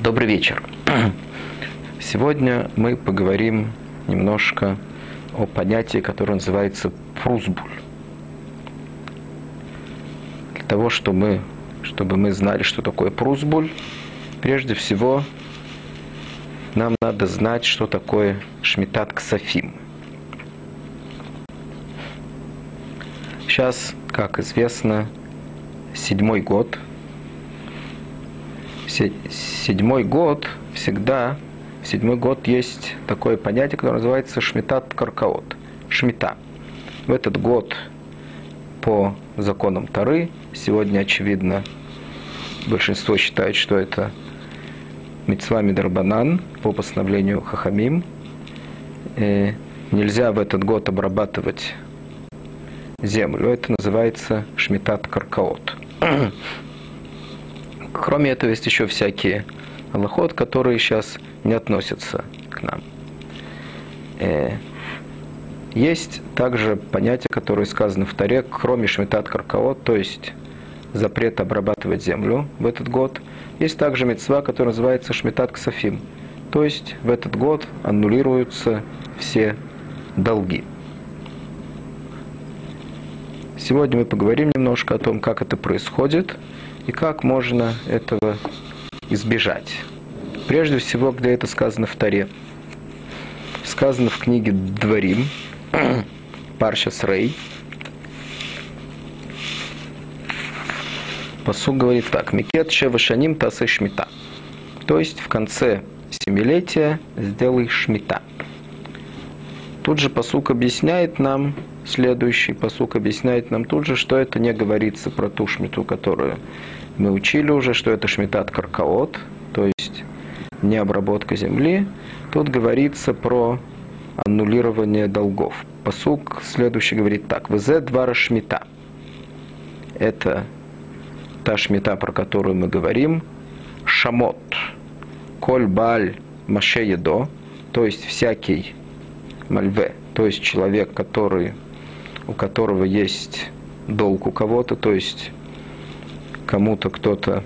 Добрый вечер. Сегодня мы поговорим немножко о понятии, которое называется прусбуль. Для того, чтобы мы знали, что такое прусбуль, прежде всего нам надо знать, что такое шмитат ксафим. Сейчас, как известно, седьмой год. Седьмой год всегда, в седьмой год есть такое понятие, которое называется шмитат каркаот. Шмита. В этот год по законам Торы, сегодня, очевидно, большинство считает, что это мицва мидрабанан по постановлению Хахамим. Нельзя в этот год обрабатывать землю. Это называется шмитат каркаот. Кроме этого, есть еще всякие алахот, которые сейчас не относятся к нам. Есть также понятие, которое сказано в Торе, кроме шмитат каркаот, то есть запрет обрабатывать землю в этот год. Есть также мицва, которая называется шмитат ксафим, то есть в этот год аннулируются все долги. Сегодня мы поговорим немножко о том, как это происходит и как можно этого избежать. Прежде всего, где это сказано в Торе. Сказано в книге Дворим, Паршас Рей. Пасук говорит так: «Микет шева шаним тасе шмита». То есть в конце семилетия сделай шмита. Тут же пасук объясняет нам, следующий пасук объясняет нам тут же, что это не говорится про ту шмиту, которую мы учили уже, что это шмитат каркаот, то есть не обработка земли. Тут говорится про аннулирование долгов. Пасук следующий говорит так: «Везе двара шмита». Это та шмита, про которую мы говорим. Шамот. Коль баль маше едо, то есть всякий мальве, то есть человек, у которого есть долг у кого-то, то есть кому-то кто-то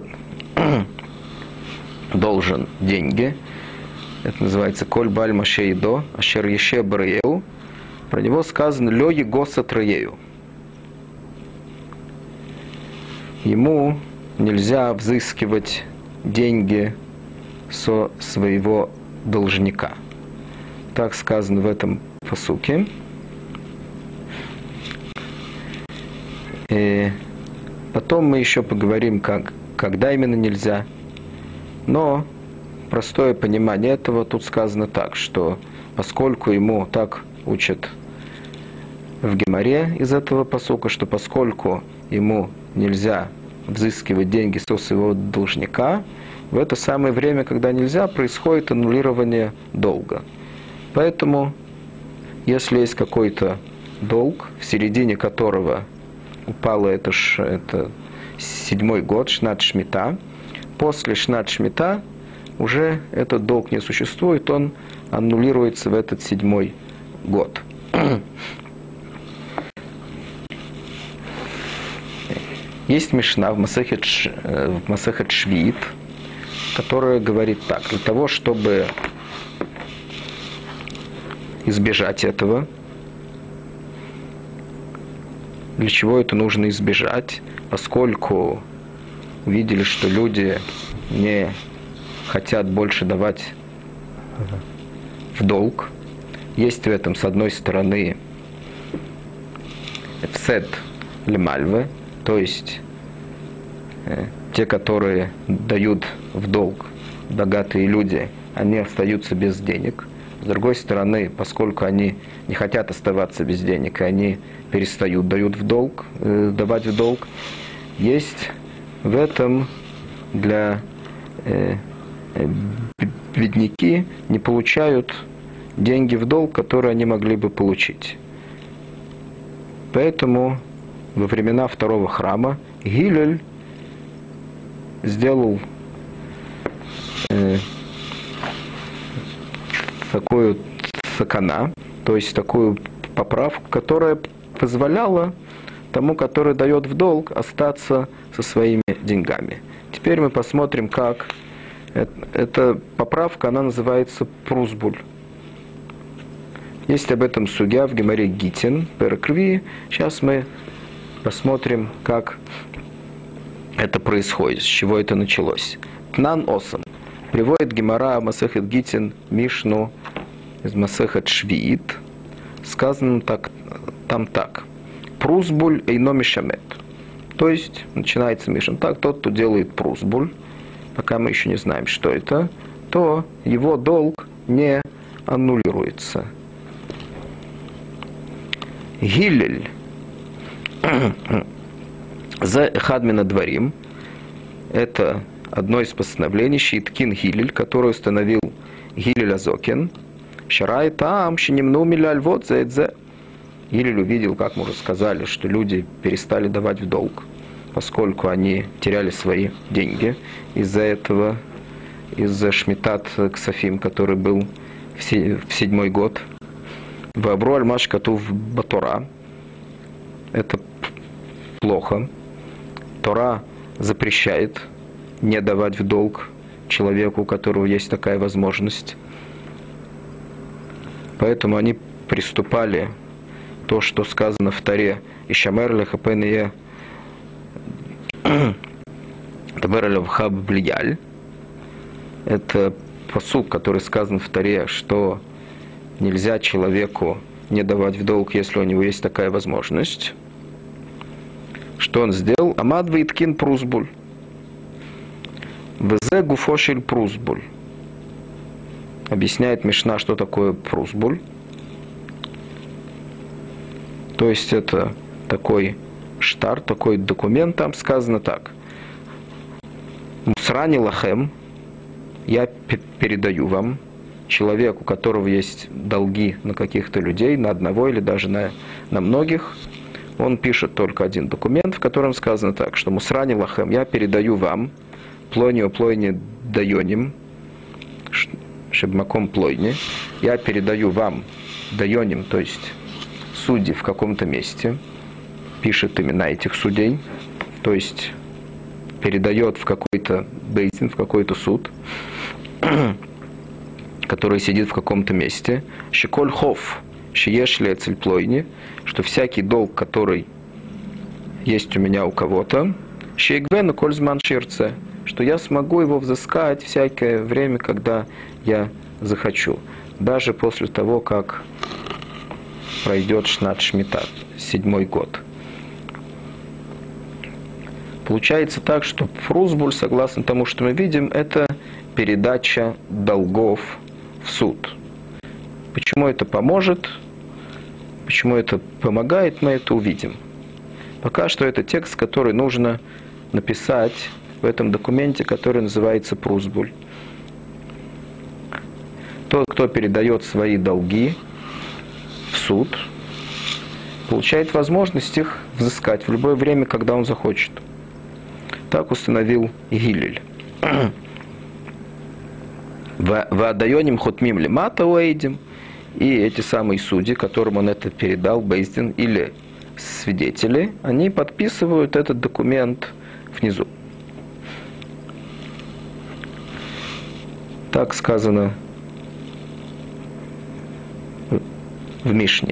должен деньги. Это называется коль баль маше едо, ашер еше брею. Про него сказано лё его сатрею. Ему нельзя взыскивать деньги со своего должника. Так сказано в этом пасуке. И потом мы еще поговорим, когда именно нельзя. Но простое понимание этого тут сказано так, что поскольку ему так учат в Гемаре из этого пасука, что поскольку ему нельзя взыскивать деньги со своего должника, в это самое время, когда нельзя, происходит аннулирование долга. Поэтому, если есть какой-то долг, в середине которого упало это седьмой год, шнат шмита, после шнат шмита уже этот долг не существует, он аннулируется в этот седьмой год. Есть мишна в Масехет Швиит, которая говорит так: для того, чтобы избежать этого, для чего это нужно избежать, поскольку увидели, что люди не хотят больше давать в долг. Есть в этом, с одной стороны, эфсед лемальве, то есть те, которые дают в долг, богатые люди, они остаются без денег. С другой стороны, поскольку они не хотят оставаться без денег, и они перестают давать в долг, есть в этом для бедняки не получают деньги в долг, которые они могли бы получить. Поэтому во времена второго храма Гилель сделал такую сакана, то есть такую поправку, которая позволяла тому, который дает в долг, остаться со своими деньгами. Теперь мы посмотрим, как Эта поправка, она называется прусбуль. Есть об этом сугья в Гемаре Гитин, Перекви. Сейчас мы посмотрим, как это происходит, с чего это началось. Тнан осам. Приводит Гемара Масехет Гитин Мишну из Масехет Швиит. Сказано там так. Прусбуль эйно мишамет. То есть, начинается Мишна так, тот, кто делает прусбуль, пока мы еще не знаем, что это, то его долг не аннулируется. Гилель. За Хадмина Дворим. Это одно из постановлений Шииткин Гилель, который установил Гилель Азокин. Шарай там, щенемну миляль, вот за это. Гилель увидел, как мы уже сказали, что люди перестали давать в долг, поскольку они теряли свои деньги из-за этого, из-за Шмитат Ксафим, который был в 7-й год. Вабру аль-маш катув батора. Это плохо. Тора запрещает не давать в долг человеку, у которого есть такая возможность. Поэтому они приступали то, что сказано в Торе, «Ишамер лехапение табер левхаб блияль». Это пасук, который сказан в Торе, что нельзя человеку не давать в долг, если у него есть такая возможность. Что он сделал? Амад вейткин прусбуль. Везе гуфошель прусбуль. Объясняет Мишна, что такое прусбуль. То есть это такой штар, такой документ, там сказано так. Мусрани лахем, я передаю вам, человеку, у которого есть долги на каких-то людей, на одного или даже на многих, он пишет только один документ, в котором сказано так, что Мусрани лахем, я передаю вам, плойни дайоним, шебмаком плойни, я передаю вам дайоним, то есть судьи в каком-то месте, пишет имена этих судей, то есть передает в какой-то бейзин, в какой-то суд, который сидит в каком-то месте, шиколь хов, шиешли плойни, что всякий долг, который есть у меня у кого-то, шейгвену кользман ширце, что я смогу его взыскать всякое время, когда я захочу, даже после того, как пройдет шнат шмита, 7-й год. Получается так, что прусбуль, согласно тому, что мы видим, это передача долгов в суд. Почему это поможет, почему это помогает, мы это увидим. Пока что это текст, который нужно написать в этом документе, который называется прусбуль. Тот, кто передает свои долги в суд, получает возможность их взыскать в любое время, когда он захочет. Так установил Гилель. Ваадайоним хотмим лимата уэйдим. И эти самые судьи, которым он это передал, бейздин или свидетели, они подписывают этот документ внизу. Так сказано в Мишне.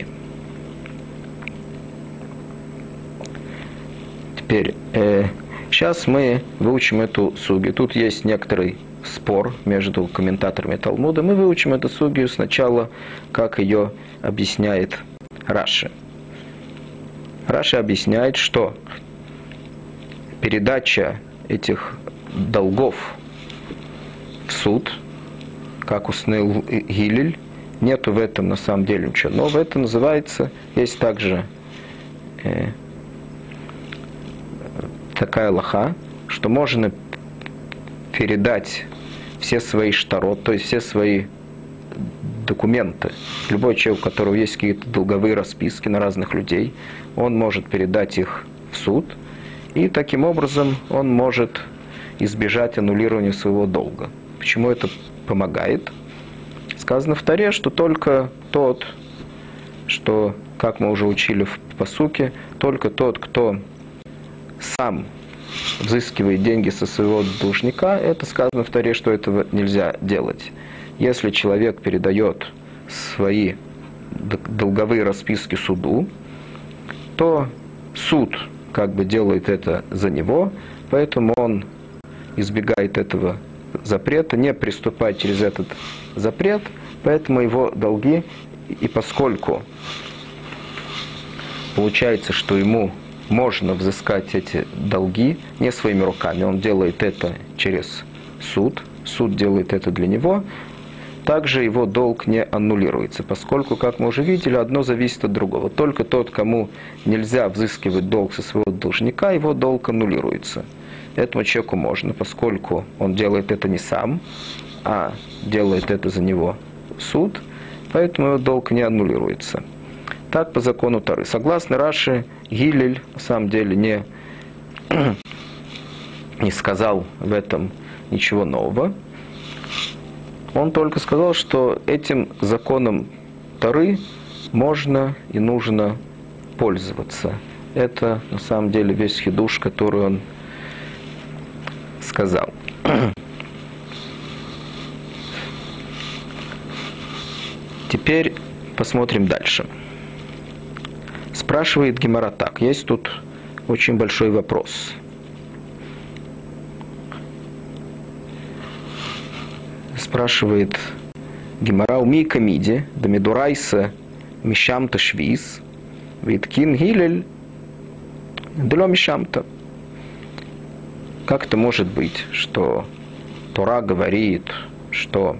Теперь, сейчас мы выучим эту сугию. Тут есть некоторый спор между комментаторами Талмуда. Мы выучим эту сугию сначала, как ее объясняет Раши. Раши объясняет, что передача этих долгов в суд, как установил Гилель, нету в этом на самом деле ничего нового. Это называется, есть также такая лоха, что можно передать все свои штарот, то есть все свои документы. Любой человек, у которого есть какие-то долговые расписки на разных людей, он может передать их в суд, и таким образом он может избежать аннулирования своего долга. Почему это помогает? Сказано в Торе, что только тот, что, как мы уже учили в пасуке, только тот, кто сам взыскивает деньги со своего должника, это сказано в Торе, что этого нельзя делать. Если человек передает свои долговые расписки суду, то суд как бы делает это за него, поэтому он избегает этого запрета, не приступать через этот запрет, поэтому его долги, и поскольку получается, что ему можно взыскать эти долги не своими руками, он делает это через суд, суд делает это для него, также его долг не аннулируется, поскольку, как мы уже видели, одно зависит от другого. Только тот, кому нельзя взыскивать долг со своего должника, его долг аннулируется. Этому человеку можно, поскольку он делает это не сам, а делает это за него суд, поэтому его долг не аннулируется. Так по закону Торы. Согласно Раши, Гилель на самом деле не сказал в этом ничего нового. Он только сказал, что этим законом Торы можно и нужно пользоваться. Это на самом деле весь хидуш, который он сказал. Теперь посмотрим дальше. Спрашивает Гемара так. Есть тут очень большой вопрос. Спрашивает Гемара: «Уми камиди, да медурайса мишамта швиз, виткин гилель, дло мишамта». Как это может быть, что Тора говорит, что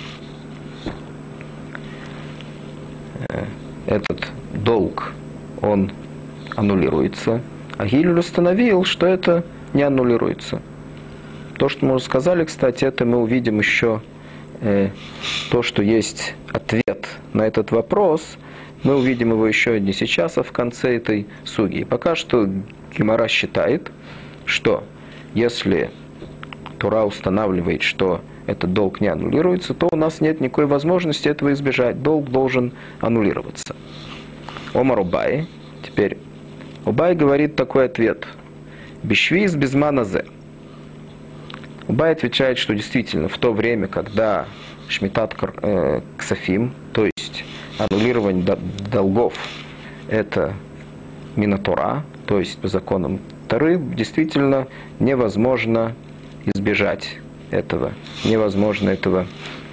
этот долг, он аннулируется, а Гилель установил, что это не аннулируется. То, что мы уже сказали, кстати, это мы увидим еще то, что есть ответ на этот вопрос. Мы увидим его еще не сейчас, а в конце этой суги. Пока что Гемара считает, что если Тора устанавливает, что этот долг не аннулируется, то у нас нет никакой возможности этого избежать. Долг должен аннулироваться. Омар Убай. Теперь Убай говорит такой ответ. Бишвиз безманазе. Убай отвечает, что действительно в то время, когда шмитат ксафим, то есть аннулирование долгов, это минатора, то есть по законам Торы, действительно невозможно избежать этого, невозможно этого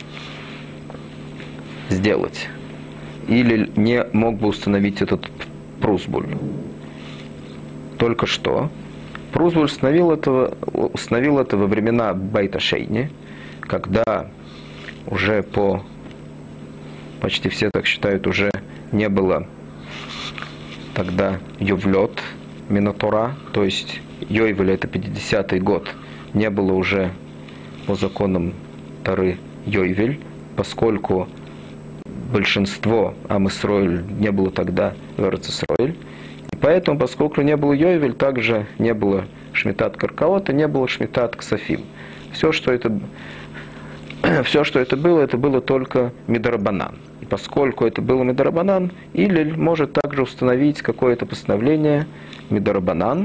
сделать. Или не мог бы установить этот прусбуль. Только что Прусбуль установил это во времена Бейт Шейни, когда уже почти все так считают, уже не было тогда Йовлет Минатора, то есть Йойвель, это 50-й год, не было уже по законам Торы Йойвель, поскольку большинство Ам-Исроэль не было тогда в Эрец-Исроэль. И поэтому, поскольку не было Йойвель, также не было Шмитат Каркаота, не было Шмитат Ксафим. Все, что это было только Мидрабанан. И поскольку это было Мидрабанан, Илель может также установить какое-то постановление Мидрабанан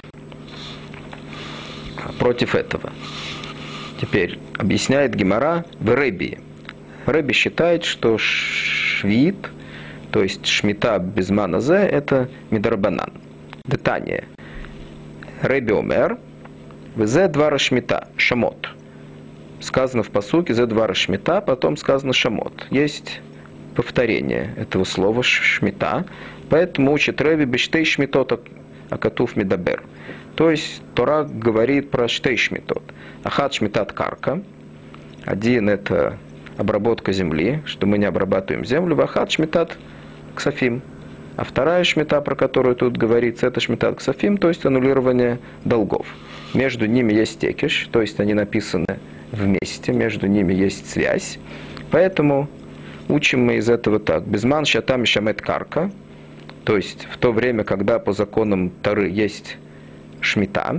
против этого. Теперь объясняет Гемара в Реби. Реби считает, что швид, то есть шмита без маназе, это мидрабанан. Детание. Реби омер, взе двара шмита, шамот. Сказано в пасуке зе двара шмита, потом сказано шамот. Есть повторение этого слова шмита, поэтому учит Реби бештей шмитот акатуф мидабер. То есть Тора говорит про штей шмитот. Ахат шмитат карка. Один это обработка земли, что мы не обрабатываем землю. Вахат шмитат ксафим. А вторая шмита, про которую тут говорится, это шмитат ксафим, то есть аннулирование долгов. Между ними есть текиш, то есть они написаны вместе, между ними есть связь. Поэтому учим мы из этого так. Безман шатам шамет карка, то есть в то время, когда по законам Торы есть шмита,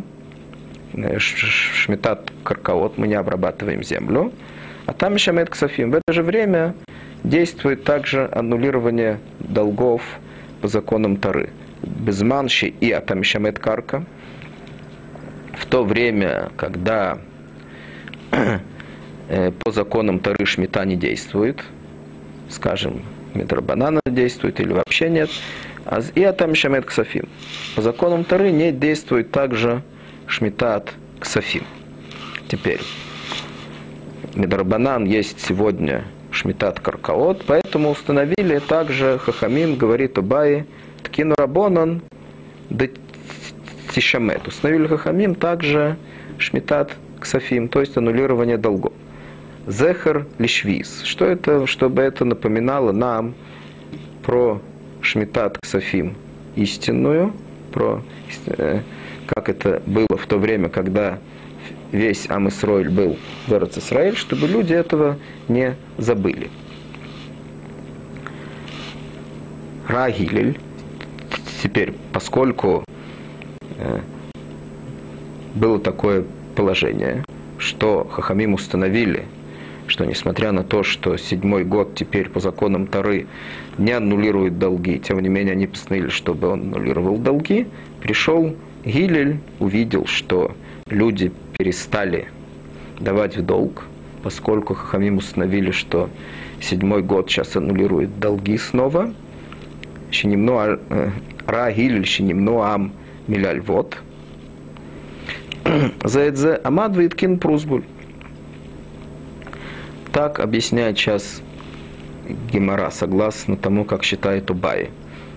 шмитат каркаот, мы не обрабатываем землю, а там шамет ксафим. В это же время действует также аннулирование долгов по законам Торы. Безманши и атам шамет карка, в то время, когда по законам Торы шмита не действует, скажем, мидрабанана действует или вообще нет, и атам шамет ксафим. По законам Торы не действует также шмитат ксафим. Теперь, мидрабанан есть сегодня шмитат каркаот, поэтому установили также хахамим, говорит Абай, ткину рабонан да тишамет. Установили хахамим также шмитат ксафим, то есть аннулирование долгов. Зехер лишвиз. Что это? Чтобы это напоминало нам про шмитат ксафим истинную, про как это было в то время, когда весь Ам Исроэль был в Эрец Исраэль, чтобы люди этого не забыли. Ра Гилель. Теперь, поскольку было такое положение, что хахамим установили, что несмотря на то, что 7-й год теперь по законам Торы не аннулирует долги, тем не менее они постановили, чтобы он аннулировал долги, пришел Гилель, увидел, что люди перестали давать в долг, поскольку хахамим установили, что 7-й год сейчас аннулирует долги снова. Ра Гилель щенимну ам миляльвот. Заэдзе амад виткин прузбуль. Так объясняет сейчас Гемара, согласно тому, как считает Абай.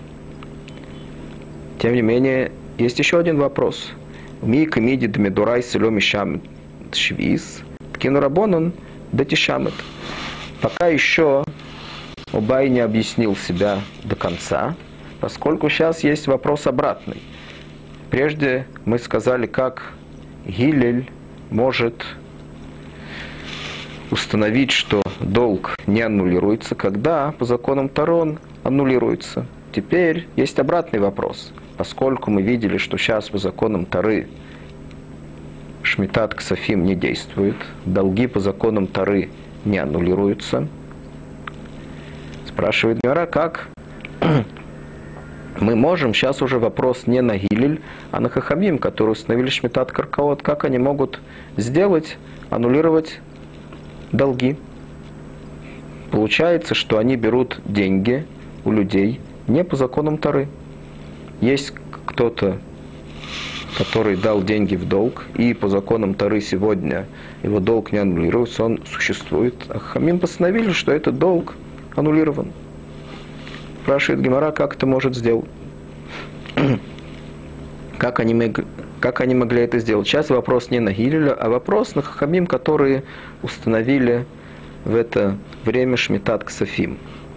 Тем не менее, есть еще один вопрос. Мик миди дмедурай село мишам швиз, ткину рабонан да тишамет. Пока еще Абай не объяснил себя до конца, поскольку сейчас есть вопрос обратный. Прежде мы сказали, как Гилель может установить, что долг не аннулируется, когда по законам Торы аннулируется. Теперь есть обратный вопрос. Поскольку мы видели, что сейчас по законам Торы шмитат ксафим не действует, долги по законам Торы не аннулируются, спрашивает Гемара, как мы можем, сейчас уже вопрос не на Гилель, а на хахамим, которые установили шмитат каркаот, как они могут сделать, аннулировать долги. Получается, что они берут деньги у людей не по законам Торы. Есть кто-то, который дал деньги в долг, и по законам Торы сегодня его долг не аннулируется, он существует. А хахамим постановили, что этот долг аннулирован. Спрашивает Гемара, как это может сделать? Как они могли это сделать? Сейчас вопрос не на Гилеля, а вопрос на хахамим, которые установили в это время шмитат ксафим.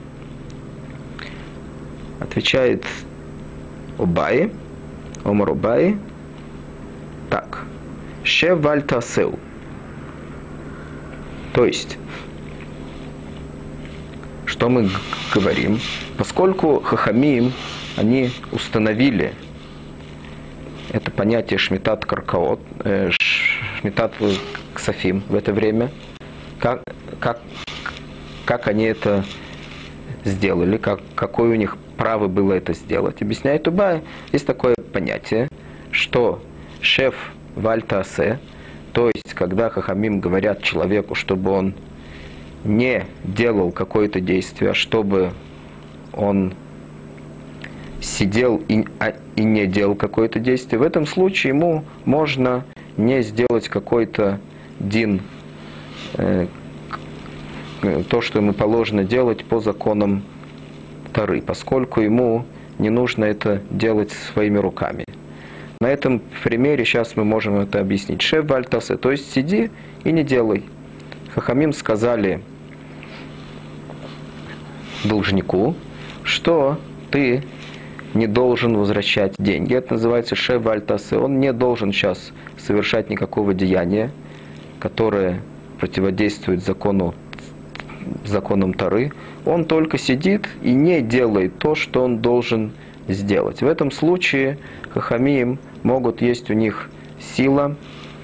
Отвечает Абай, Омар Абай, так. Ше вальтасел. То есть, что мы говорим? Поскольку хахамим, они установили это понятие шмитат каркаот, шмитат ксафим в это время, как они это сделали, какое у них право было это сделать. Объясняет Абай, есть такое понятие, что шеф вальтаасе, то есть когда хахамим говорят человеку, чтобы он не делал какое-то действие, а чтобы он сидел и не делал какое-то действие, в этом случае ему можно не сделать какой-то дин, то, что ему положено делать по законам Торы, поскольку ему не нужно это делать своими руками. На этом примере сейчас мы можем это объяснить. Шеф вальтасе, то есть сиди и не делай. Хахамим сказали должнику, что ты не должен возвращать деньги. Это называется шеф вальтасе. Он не должен сейчас совершать никакого деяния, которое противодействует законам Торы. Он только сидит и не делает то, что он должен сделать. В этом случае хахамим могут, есть у них сила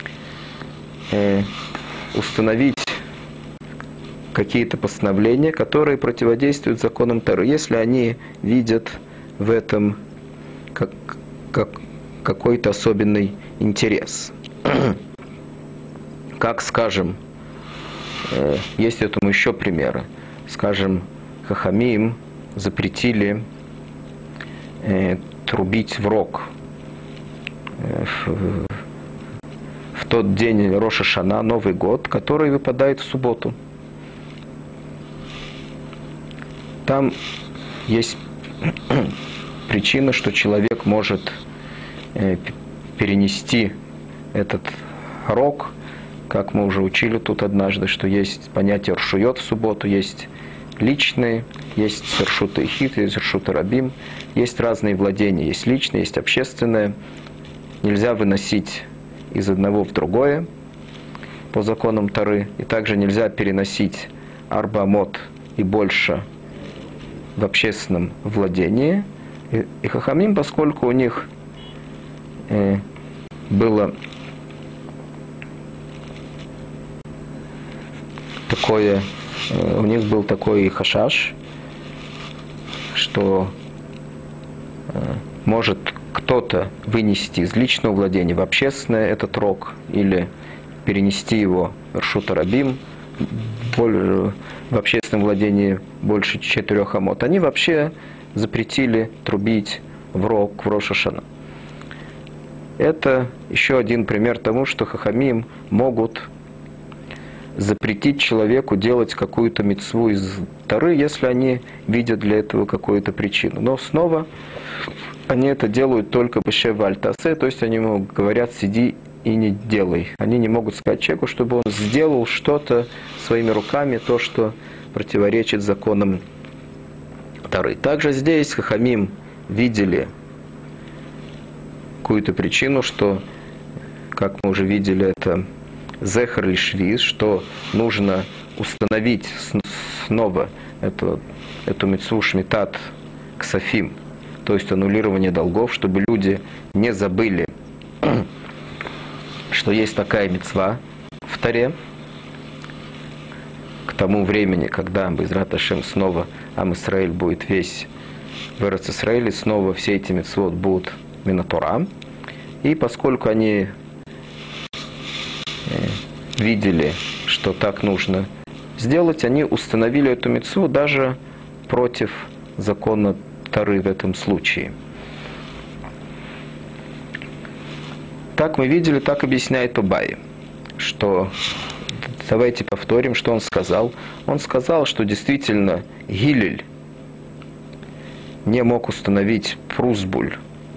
установить какие-то постановления, которые противодействуют законам Торы, если они видят в этом какой-то особенный интерес. как, скажем, есть этому еще примеры. Скажем, хахамим запретили трубить в рог в тот день Рош ха-Шана, Новый год, который выпадает в субботу. Там есть причина, что человек может перенести этот рог, как мы уже учили тут однажды, что есть понятие ршуйот в субботу, есть личные, есть ршута ихит, есть ршута рабим, есть разные владения, есть личные, есть общественное. Нельзя выносить из одного в другое по законам Торы, и также нельзя переносить арба амот и больше в общественном владении. И хахамим, поскольку у них было такое, у них был такой хашаш, что может кто-то вынести из личного владения в общественное этот рог или перенести его в ршута рабим, в общественном владении больше 4 амот. Они вообще запретили трубить в рог в Рош ха-Шана. Это еще один пример тому, что хахамим могут запретить человеку делать какую-то мицву из Торы, если они видят для этого какую-то причину. Но снова они это делают только бешев аль-тасе, то есть они ему говорят: сиди и не делай. Они не могут сказать человеку, чтобы он сделал что-то своими руками, то, что противоречит законам Торы. Также здесь хахамим видели какую-то причину, что, как мы уже видели, это зехер или швиз, что нужно установить снова эту мицву шмитат ксафим, то есть аннулирование долгов, чтобы люди не забыли, что есть такая мицва в Торе. К тому времени, когда Бейзрат Ашем снова Ам Исраэль будет весь в Эрец Исраэле, снова все эти мицвот будут минатора. И поскольку они видели, что так нужно сделать, они установили эту мицву даже против закона Торы в этом случае. Так мы видели, так объясняет Абай, что, давайте повторим, что он сказал. Он сказал, что действительно Гилель не мог установить прусбуль,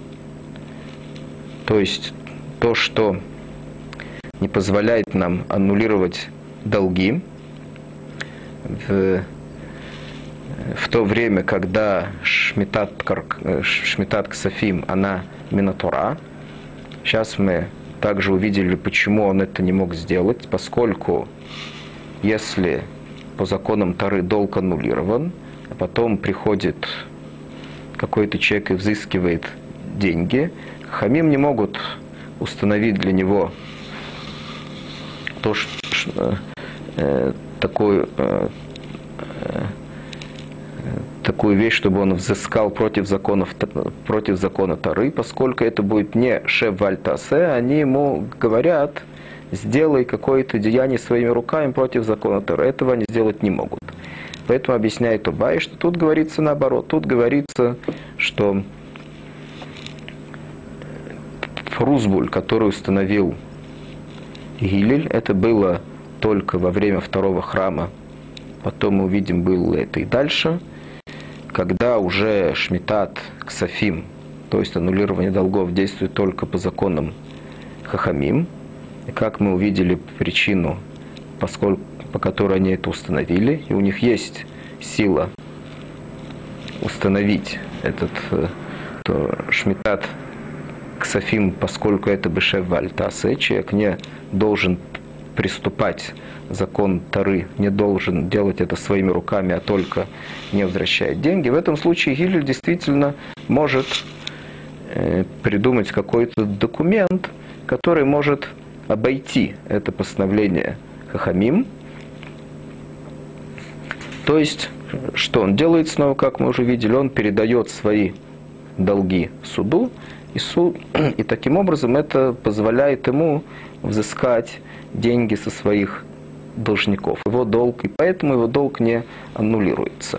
то есть то, что не позволяет нам аннулировать долги в то время, когда шмитат ксафим, она минатора. Сейчас мы также увидели, почему он это не мог сделать, поскольку если по законам Торы долг аннулирован, а потом приходит какой-то человек и взыскивает деньги, хахамим не могут установить для него такую вещь, чтобы он взыскал против закона Торы, поскольку это будет не шев аль-тасе, они ему говорят: сделай какое-то деяние своими руками против закона Торы. Этого они сделать не могут. Поэтому объясняет Абай, что тут говорится наоборот. Тут говорится, что прусбуль, который установил Гилель, это было только во время второго храма. Потом мы увидим, было это и дальше. Когда уже шмитат ксафим, то есть аннулирование долгов, действует только по законам хахамим. И как мы увидели причину, по которой они это установили, и у них есть сила установить этот шмитат ксафим, поскольку это бешев аль-тасе, человек не должен приступать закон Торы, не должен делать это своими руками, а только не возвращает деньги. В этом случае Гилель действительно может придумать какой-то документ, который может обойти это постановление хахамим. То есть, что он делает снова, как мы уже видели, он передает свои долги суду, и таким образом это позволяет ему взыскать деньги со своих должников, его долг, и поэтому его долг не аннулируется.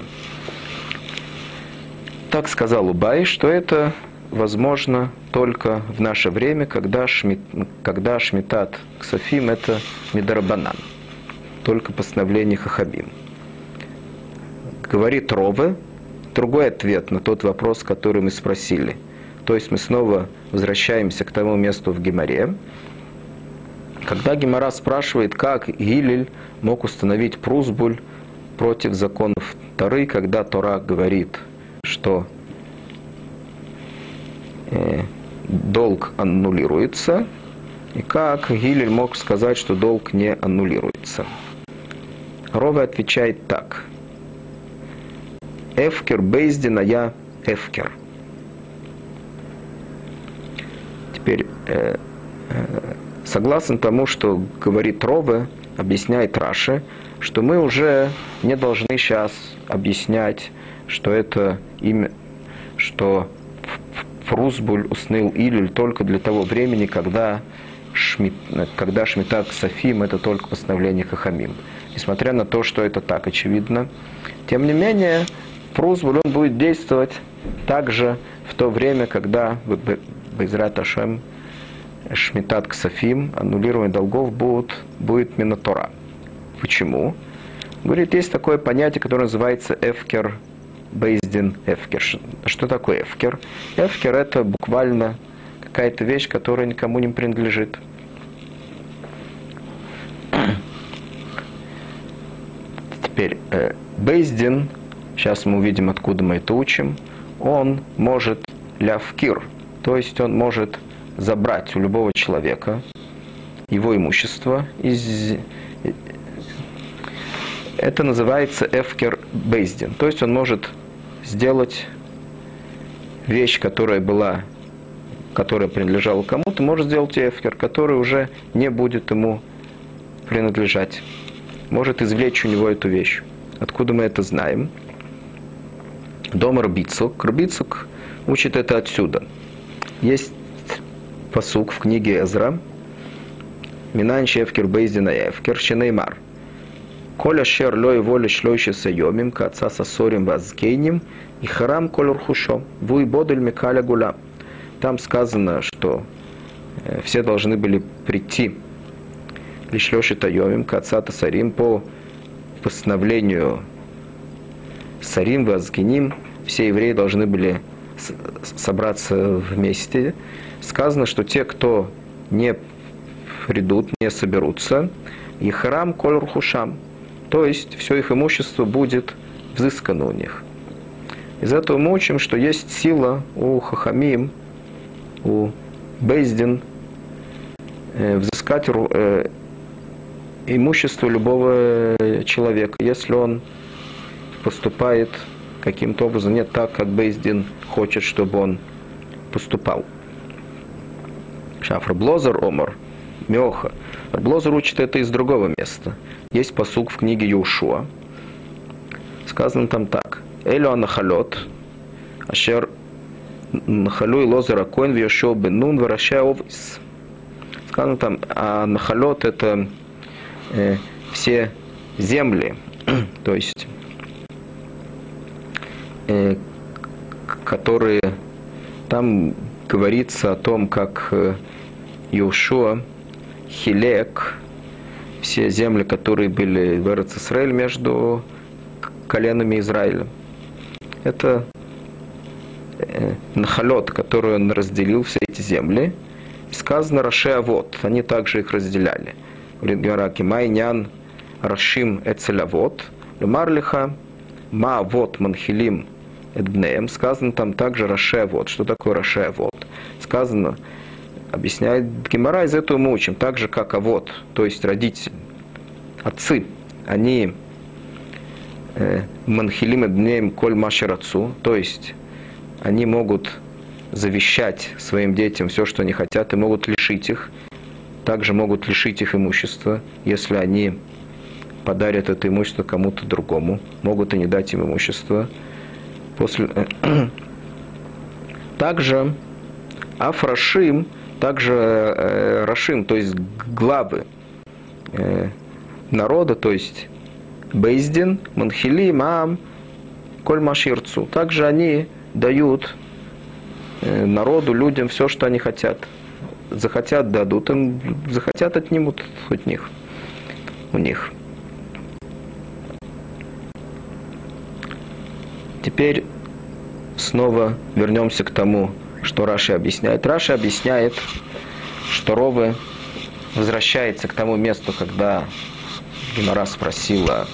Так сказал Убай, что это возможно только в наше время, когда шмитат ксафим это мидрабанан, только постановление хахамим. Говорит Рове, другой ответ на тот вопрос, который мы спросили. То есть мы снова возвращаемся к тому месту в Гемаре, когда Гемара спрашивает, как Гилель мог установить прусбуль против законов Торы, когда Тора говорит, что долг аннулируется, и как Гилель мог сказать, что долг не аннулируется. Рове отвечает так. Эфкер бейздин, а я эфкер. Теперь, согласно тому, что говорит Рове, объясняет Раши, что мы уже не должны сейчас объяснять, что это имя, что Прусбуль усныл Илюль только для того времени, когда шмитат ксафим это только постановление хахамим. Несмотря на то, что это так очевидно, тем не менее, Прусбуль он будет действовать также в то время, когда Бейзрат Ашем шмитат ксафим, аннулирование долгов будет минатора. Почему? Говорит, есть такое понятие, которое называется эфкер бейздин эфкер. Что такое эфкер? Эфкер это буквально какая-то вещь, которая никому не принадлежит. Теперь бейздин, сейчас мы увидим, откуда мы это учим, он может лявкир, то есть он может забрать у любого человека его имущество. Это называется эфкер бейздин. То есть он может сделать вещь, которая принадлежала кому-то, может сделать эфкер, который уже не будет ему принадлежать. Может извлечь у него эту вещь. Откуда мы это знаем? Дом Рабицук. Рабицук учит это отсюда. Есть пасук в книге Эзра. Минанчи эфкер бейздина эфкер шенеймар. Коля шер лой воли шлойши сайомим, каца сосорим вазгейним, и харам коль урхушо, вуй бодель мекаля гула. Там сказано, что все должны были прийти лишлёши тайомим, каца сарим по постановлению сарим вазгейним, все евреи должны были собраться вместе. Сказано, что те, кто не придут, не соберутся, и харам коль урхушам, то есть все их имущество будет взыскано у них. Из этого мы учим, что есть сила у хахамим, у бейздин взыскать имущество любого человека, если он поступает каким-то образом не так, как бейздин хочет, чтобы он поступал. Шафр Блозер Омар Меоха. Блозер учит это из другого места. Есть пасук в книге Йошуа. Сказано там так. Элю анахалот, ашер нахалуй лозера коин в Йошуа бен Нун варашай овис. Сказано там, а нахалот это все земли, то есть которые там говорится о том, как Йошуа Хилек, все земли, которые были в Эрец-Исраэль между коленами Израиля. Это нахалот, который он разделил все эти земли. И сказано Раши Авот, они также их разделяли. Говорит Гемара, Майнян Рашим Эцель Авот, Лемарлиха, Ма Авот Манхилим Эдбнеем. Сказано там также Раши Авот. Что такое Раши Авот? Сказано, объясняет Гемара, из этого мы учим, так же как Авот, то есть родители, отцы, они манхилим эднеем коль машер отцу, то есть они могут завещать своим детям все, что они хотят, и могут лишить их, также могут лишить их имущества, если они подарят это имущество кому-то другому, могут и не дать им имущество. Также Афрашим Также рашим, то есть главы народа, то есть бейздин, манхили, маам, коль маширцу. Также они дают народу, людям все, что они хотят. Захотят, дадут им, захотят, отнимут от них, у них. Теперь снова вернемся к тому, что Раши объясняет. Раши объясняет, что Рове возвращается к тому месту, когда Гемара спросила,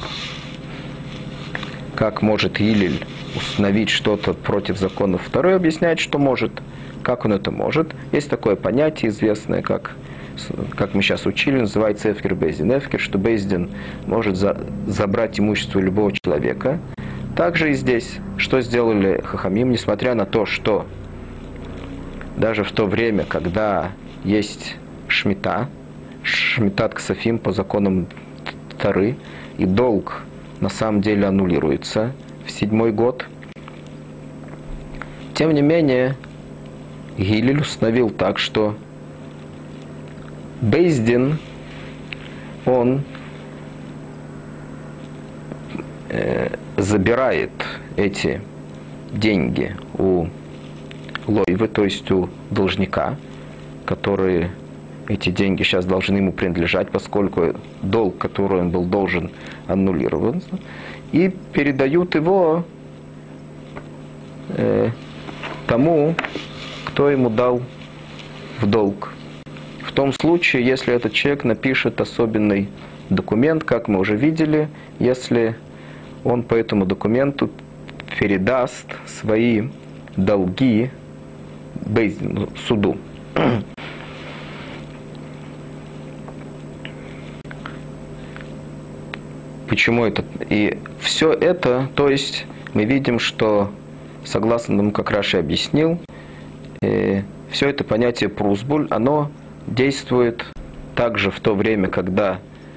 как может Гилель установить что-то против законов. Второй объясняет, что может. Как он это может? Есть такое понятие известное, как мы сейчас учили, называется эфкер бейздин. Эфкер, что бейздин может забрать имущество любого человека. Также и здесь, что сделали хахамим, несмотря на то, что даже в то время, когда есть шмита, шмитат ксафим по законам Торы, и долг на самом деле аннулируется в 7-й год, тем не менее, Гилель установил так, что бейздин, он забирает эти деньги у лойвы, то есть у должника, которые эти деньги сейчас должны ему принадлежать, поскольку долг, который он был должен, аннулирован, и передают его тому, кто ему дал в долг. В том случае, если этот человек напишет особенный документ, как мы уже видели, если он по этому документу передаст свои долги суду. Почему это? И все это, то есть мы видим, что согласно тому, как Раши объяснил, все это понятие прусбуль, оно действует также в то время, когда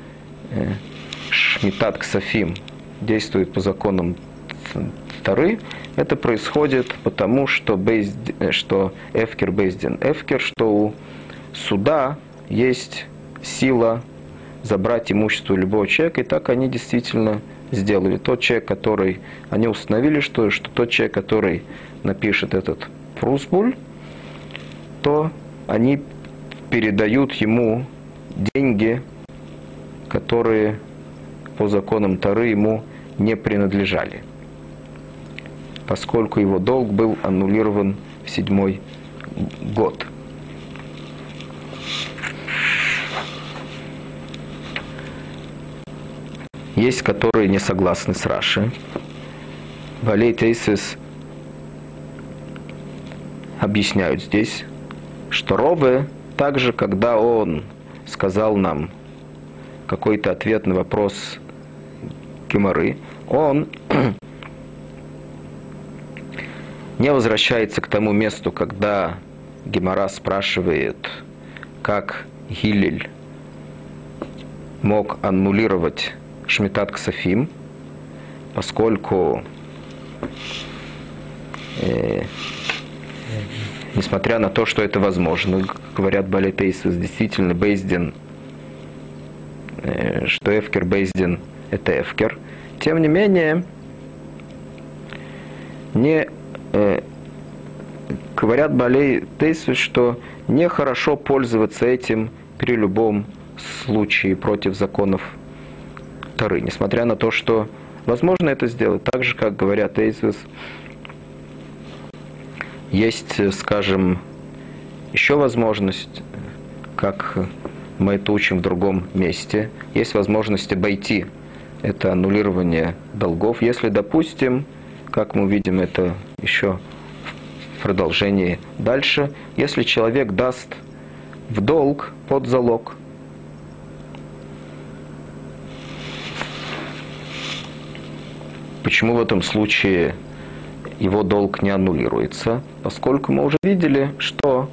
шмитат ксафим действует по законам Торы. Это происходит потому, что эфкер бейздин. Эфкер, что у суда есть сила забрать имущество любого человека, и так они действительно сделали. Тот человек, который... Они установили, что тот человек, который напишет этот прусбуль, то они передают ему деньги, которые по законам Торы ему не принадлежали, поскольку его долг был аннулирован в 7-й год. Есть, которые не согласны с Раши. Балей Тейсис объясняют здесь, что Рове, также, когда он сказал нам какой-то ответ на вопрос Гемары, он не возвращается к тому месту, когда Гемара спрашивает, как Гилель мог аннулировать шмитат ксафим, поскольку несмотря на то, что это возможно, говорят Балей Тейсис, действительно бейздин, что эфкер бейздин это эфкер, тем не менее говорят Балей Тейсис, что нехорошо пользоваться этим при любом случае против законов Торы, несмотря на то, что возможно это сделать, так же, как говорят Тейсис. Есть, скажем, еще возможность, как мы это учим в другом месте, есть возможность обойти это аннулирование долгов, если, допустим, как мы увидим это еще в продолжении дальше, если человек даст в долг под залог. Почему в этом случае его долг не аннулируется? Поскольку мы уже видели, что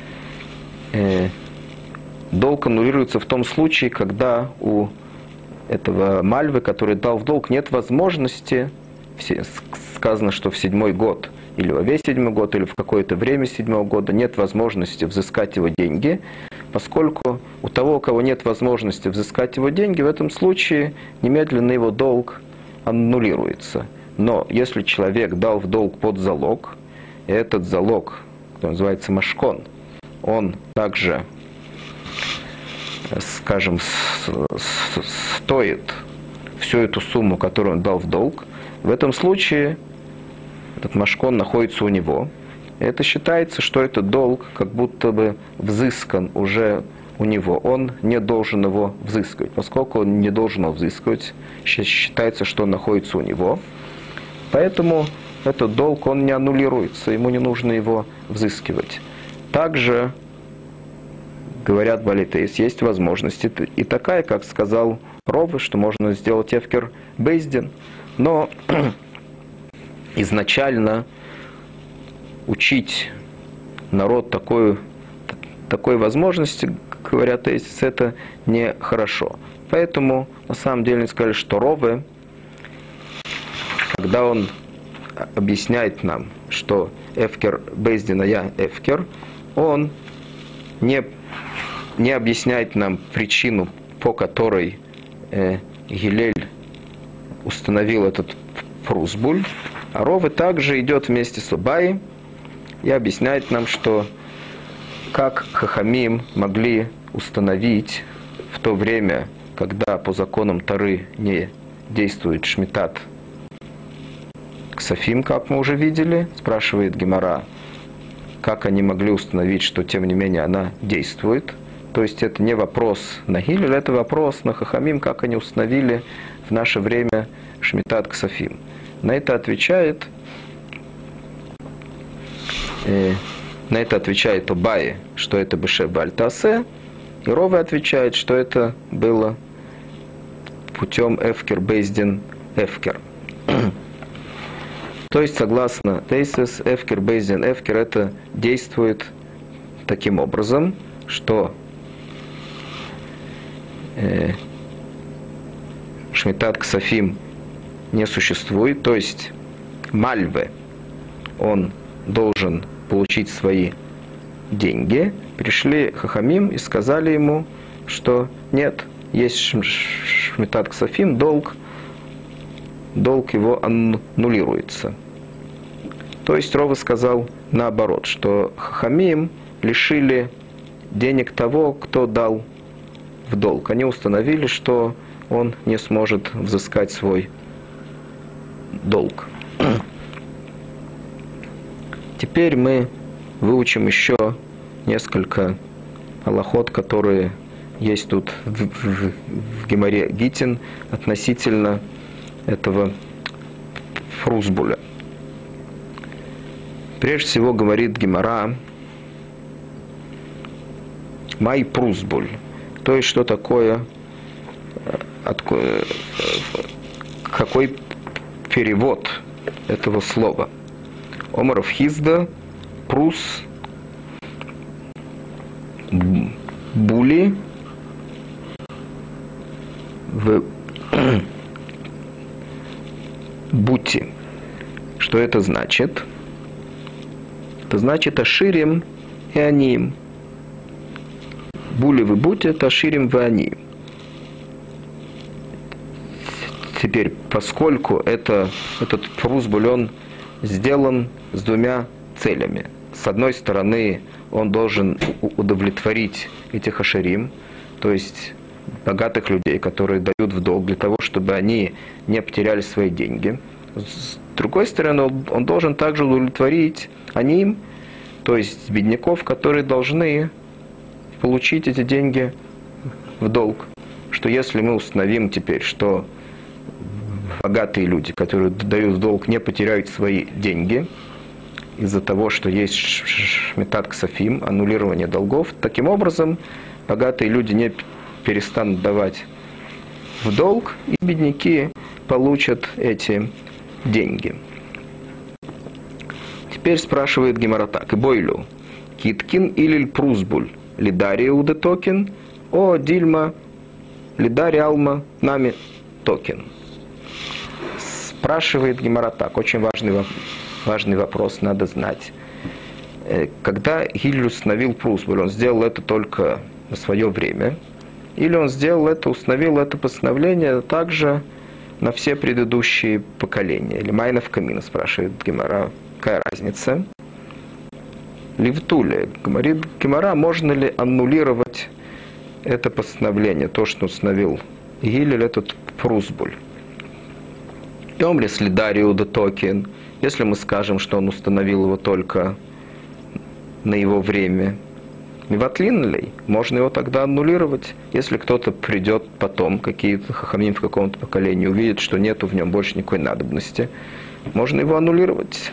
долг аннулируется в том случае, когда у этого мальвы, который дал в долг, нет возможности сказано, что в 7-й год, или во весь 7-й год, или в какое-то время 7-го года нет возможности взыскать его деньги, поскольку у того, у кого нет возможности взыскать его деньги, в этом случае немедленно его долг аннулируется. Но если человек дал в долг под залог, и этот залог, который называется машкон, он также, скажем, стоит всю эту сумму, которую он дал в долг, в этом случае этот машкон находится у него. И это считается, что этот долг как будто бы взыскан уже у него. Он не должен его взыскивать. Поскольку он не должен его взыскивать, считается, что он находится у него. Поэтому этот долг, он не аннулируется, ему не нужно его взыскивать. Также, говорят балитейс, есть возможность и такая, как сказал Ровы, что можно сделать эфкер бейздин, но изначально учить народ такой возможности, говорят, это нехорошо. Поэтому, на самом деле, сказали, что Ровы, когда он объясняет нам, что эфкер бейздина я эфкер, он не объясняет нам причину, по которой Гилель установил этот прусбуль, а Ровы также идет вместе с Убаей и объясняет нам, что как хахамим могли установить в то время, когда по законам Торы не действует шмитат ксафим, как мы уже видели, спрашивает Гемара, как они могли установить, что тем не менее она действует. То есть это не вопрос на Гилель, это вопрос на хахамим, как они установили в наше время шмитат ксафим. На это отвечает Обае, что это бешев бальтасе, и Ровы отвечает, что это было путем эфкер бейздин эфкер. То есть, согласно тейсис, эфкер бейздин эфкер, это действует таким образом, что шмитат ксафим не существует, то есть мальве, он должен получить свои деньги. Пришли хахамим и сказали ему, что нет, есть шмитат ксафим, долг его аннулируется. То есть Рова сказал наоборот, что хахамим лишили денег того, кто дал в долг. Они установили, что он не сможет взыскать свой долг. Теперь мы выучим еще несколько алахот, которые есть тут в Гемаре Гитин относительно этого прусбуля. Прежде всего говорит Гемара май прусбуль. То есть, что такое, какой перевод этого слова. Омаров Хизда, прус, були, в бути. Что это значит? Это значит аширим и аним. Були в бути, это аширим в аним. Теперь, поскольку этот прусбуль, он сделан с двумя целями. С одной стороны, он должен удовлетворить этих аширим, то есть богатых людей, которые дают в долг для того, чтобы они не потеряли свои деньги. С другой стороны, он должен также удовлетворить аним, то есть бедняков, которые должны получить эти деньги в долг. Что если мы установим теперь, что богатые люди, которые дают в долг, не потеряют свои деньги из-за того, что есть шмитат ксафим, аннулирование долгов, таким образом богатые люди не перестанут давать в долг, и бедняки получат эти деньги. Теперь спрашивает Гемара так: «Бойлю, киткин илиль прусбуль, лидари уде токен, о дильма, лидари алма нами токен». Спрашивает Гемара так, очень важный вопрос, надо знать. Когда Гилель установил прусбуль, он сделал это только на свое время, или он установил это постановление также на все предыдущие поколения? Или майнов камина, спрашивает Гемара, какая разница? Ливтуле, говорит Гемара, можно ли аннулировать это постановление, то, что установил Гилель, этот прусбуль? Омри следарию да токен, если мы скажем, что он установил его только на его время, миватлинлей, можно его тогда аннулировать. Если кто-то придет потом, какие-то хахамим в каком-то поколении, увидит, что нету в нем больше никакой надобности, можно его аннулировать.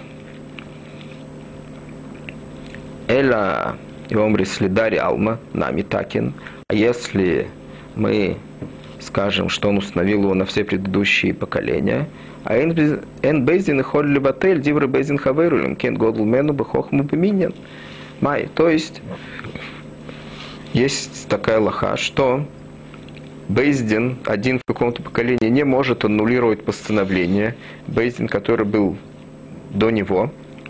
Эла и омри следари алма нами такин. А если мы скажем, что он установил его на все предыдущие поколения, а эн бейзин и холли батель дивры бейзин хаверулем кен годл мену бехохму беминьян. Май, то есть такая лоха, что бейздин один в каком-то поколении не может аннулировать постановление, бейздин, который был до него,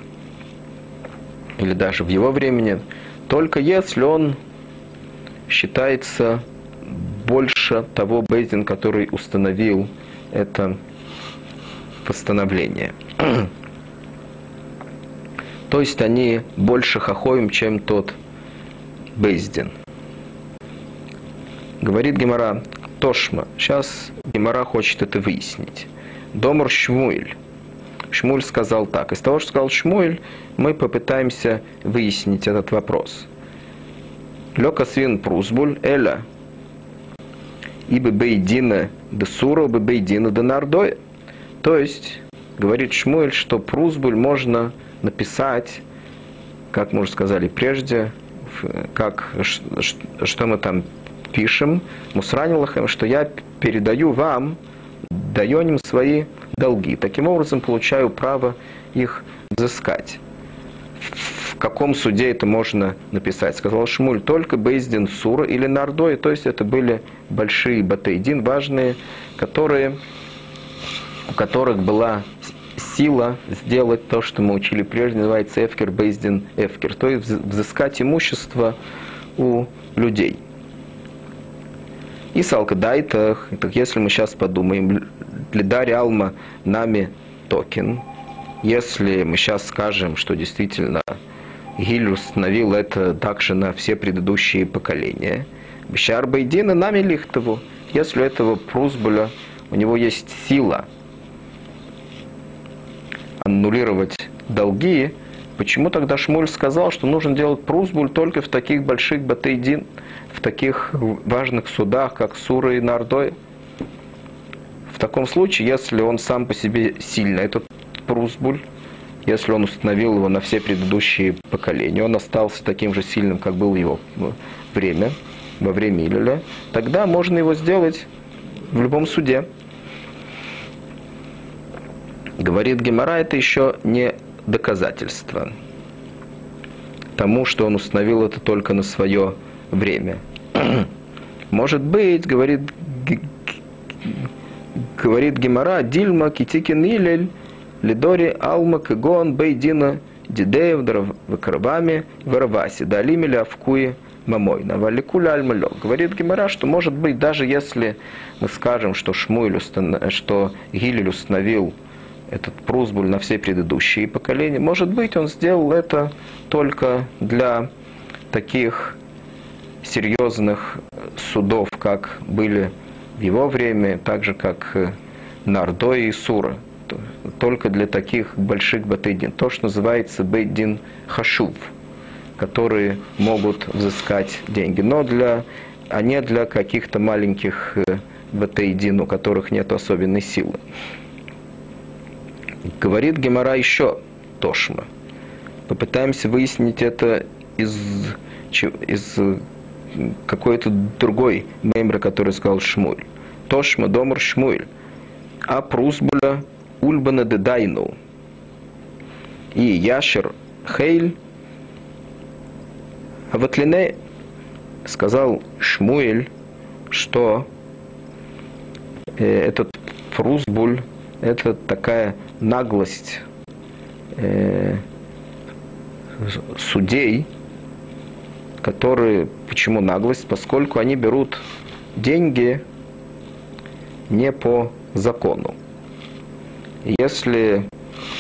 или даже в его времени, только если он считается больше того бейздин, который установил это постановление. То есть они больше хахоим, чем тот бейздин. Говорит Гемара, Тошма, сейчас Гемара хочет это выяснить. Домар Шмуэль. Шмуэль сказал так. Из того, что сказал Шмуэль, мы попытаемся выяснить этот вопрос. Лёка свин прусбуль, эля, ибо бейдина де сура, ибо бейдина де нардоя. То есть, говорит Шмуэль, что прусбуль можно написать, как мы уже сказали прежде, что мы там пишем, мусранилахем, что я передаю вам, даю им свои долги. Таким образом, получаю право их взыскать. В каком суде это можно написать? Сказал Шмуль, только бейздин сура или нардой, то есть это были большие батейдин, важные, у которых была сила сделать то, что мы учили прежде, называется эфкер бейздин эфкер, то есть взыскать имущество у людей. И салкадайтах, так если мы сейчас подумаем, лидари алма нами токен, если мы сейчас скажем, что действительно Гилель установил это также на все предыдущие поколения, бешар бейдина нами лихтову, если у этого прусбуля у него есть сила аннулировать долги, почему тогда Шмуль сказал, что нужно делать прусбуль только в таких больших батейдин, в таких важных судах, как Сура и Нардой? В таком случае, если он сам по себе сильный, этот прусбуль, если он установил его на все предыдущие поколения, он остался таким же сильным, как был его время, во время Илеля, тогда можно его сделать в любом суде. Говорит Гемара, это еще не доказательство тому, что он установил это только на свое время. Может быть, говорит Гемара, Дильма, Китикин Илель, Лидори, Алма, Кегон, Бейдина, Дидеев, Дравакарбами, Вараваси, Далимеля, Авкуи, Мамой, Наваликуля, Альмалё. Говорит Гемара, что может быть, даже если мы скажем, что Гилель установил этот прусбуль на все предыдущие поколения, может быть, он сделал это только для таких серьезных судов, как были в его время, так же, как Нардой и Сура. Только для таких больших батейдин. То, что называется бейдин хашув, которые могут взыскать деньги. А не для каких-то маленьких батейдин, у которых нет особенной силы. Говорит Гемара еще Тошма. Попытаемся выяснить это из какой-то другой мембра, который сказал Шмуэль. Тошма, Домар, Шмуэль. А прусбуля ульбана дедайну. И Яшер Хейль. А вот Лине сказал Шмуэль, что этот прусбуль, это такая наглость судей, которые, почему наглость? Поскольку они берут деньги не по закону. Если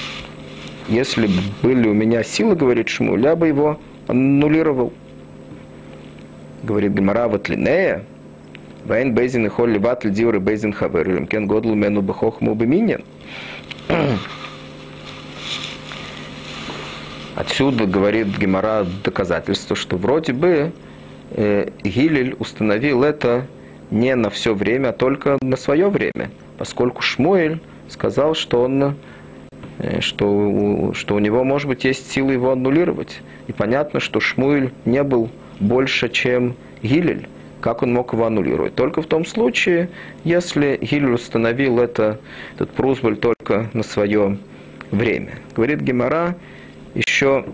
были у меня силы, говорит Шмуль, я бы его аннулировал. Говорит Гемара Ватлинея, Вайн Бейзин и Холли Ватль Дивры Бейзин Хавер, Лемкен Годлу Мену Бахохму Беминин. Отсюда говорит Гемара доказательство, что вроде бы Гилель установил это не на все время, а только на свое время, поскольку Шмуэль сказал, что у него, может быть, есть силы его аннулировать. И понятно, что Шмуэль не был больше, чем Гилель. Как он мог его аннулировать? Только в том случае, если Гилель установил этот прузбуль только на свое время. Говорит Гемара, еще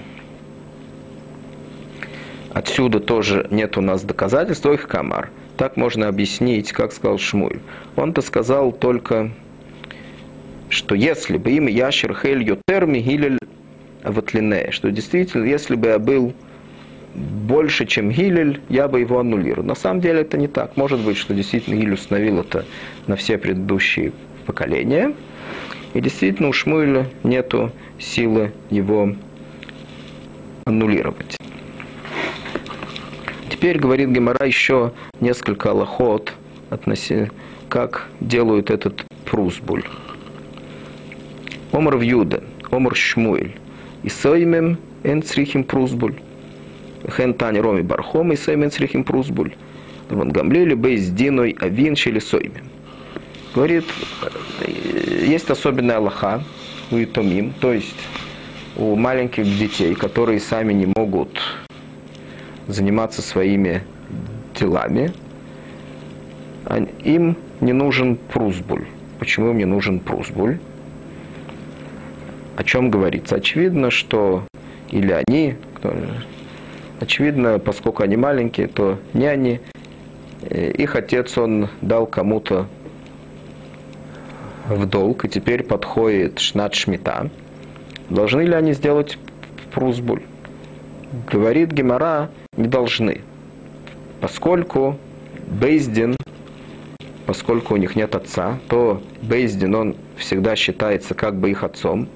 отсюда тоже нет у нас доказательств, их камар. Так можно объяснить, как сказал Шмуль. Он-то сказал только, что если бы им Яшер Хель Йотер Мигилель Аватлинея, что действительно, если бы я был больше, чем Гилель, я бы его аннулировал. На самом деле это не так. Может быть, что действительно Гилель установил это на все предыдущие поколения. И действительно у Шмуэля нету силы его аннулировать. Теперь говорит Гемара еще несколько алахот, как делают этот прузбуль. Омар Вьюда, Омар Шмуэль, Исоимем эн црихим прузбуль, хен тани роми бархом, Исоимем эн црихим прузбуль, вон гамлели бейс диной авин шели соймем. Говорит, есть особенная алаха у итомим, то есть у маленьких детей, которые сами не могут заниматься своими делами, им не нужен прузбуль. Почему им не нужен прузбуль? О чем говорится? Очевидно, что очевидно, поскольку они маленькие, то не они, их отец, он дал кому-то в долг, и теперь подходит шнат шмита. Должны ли они сделать прузбуль? Говорит Гемара, не должны. Поскольку Бейздин, поскольку у них нет отца, то Бейздин, он всегда считается как бы их отцом.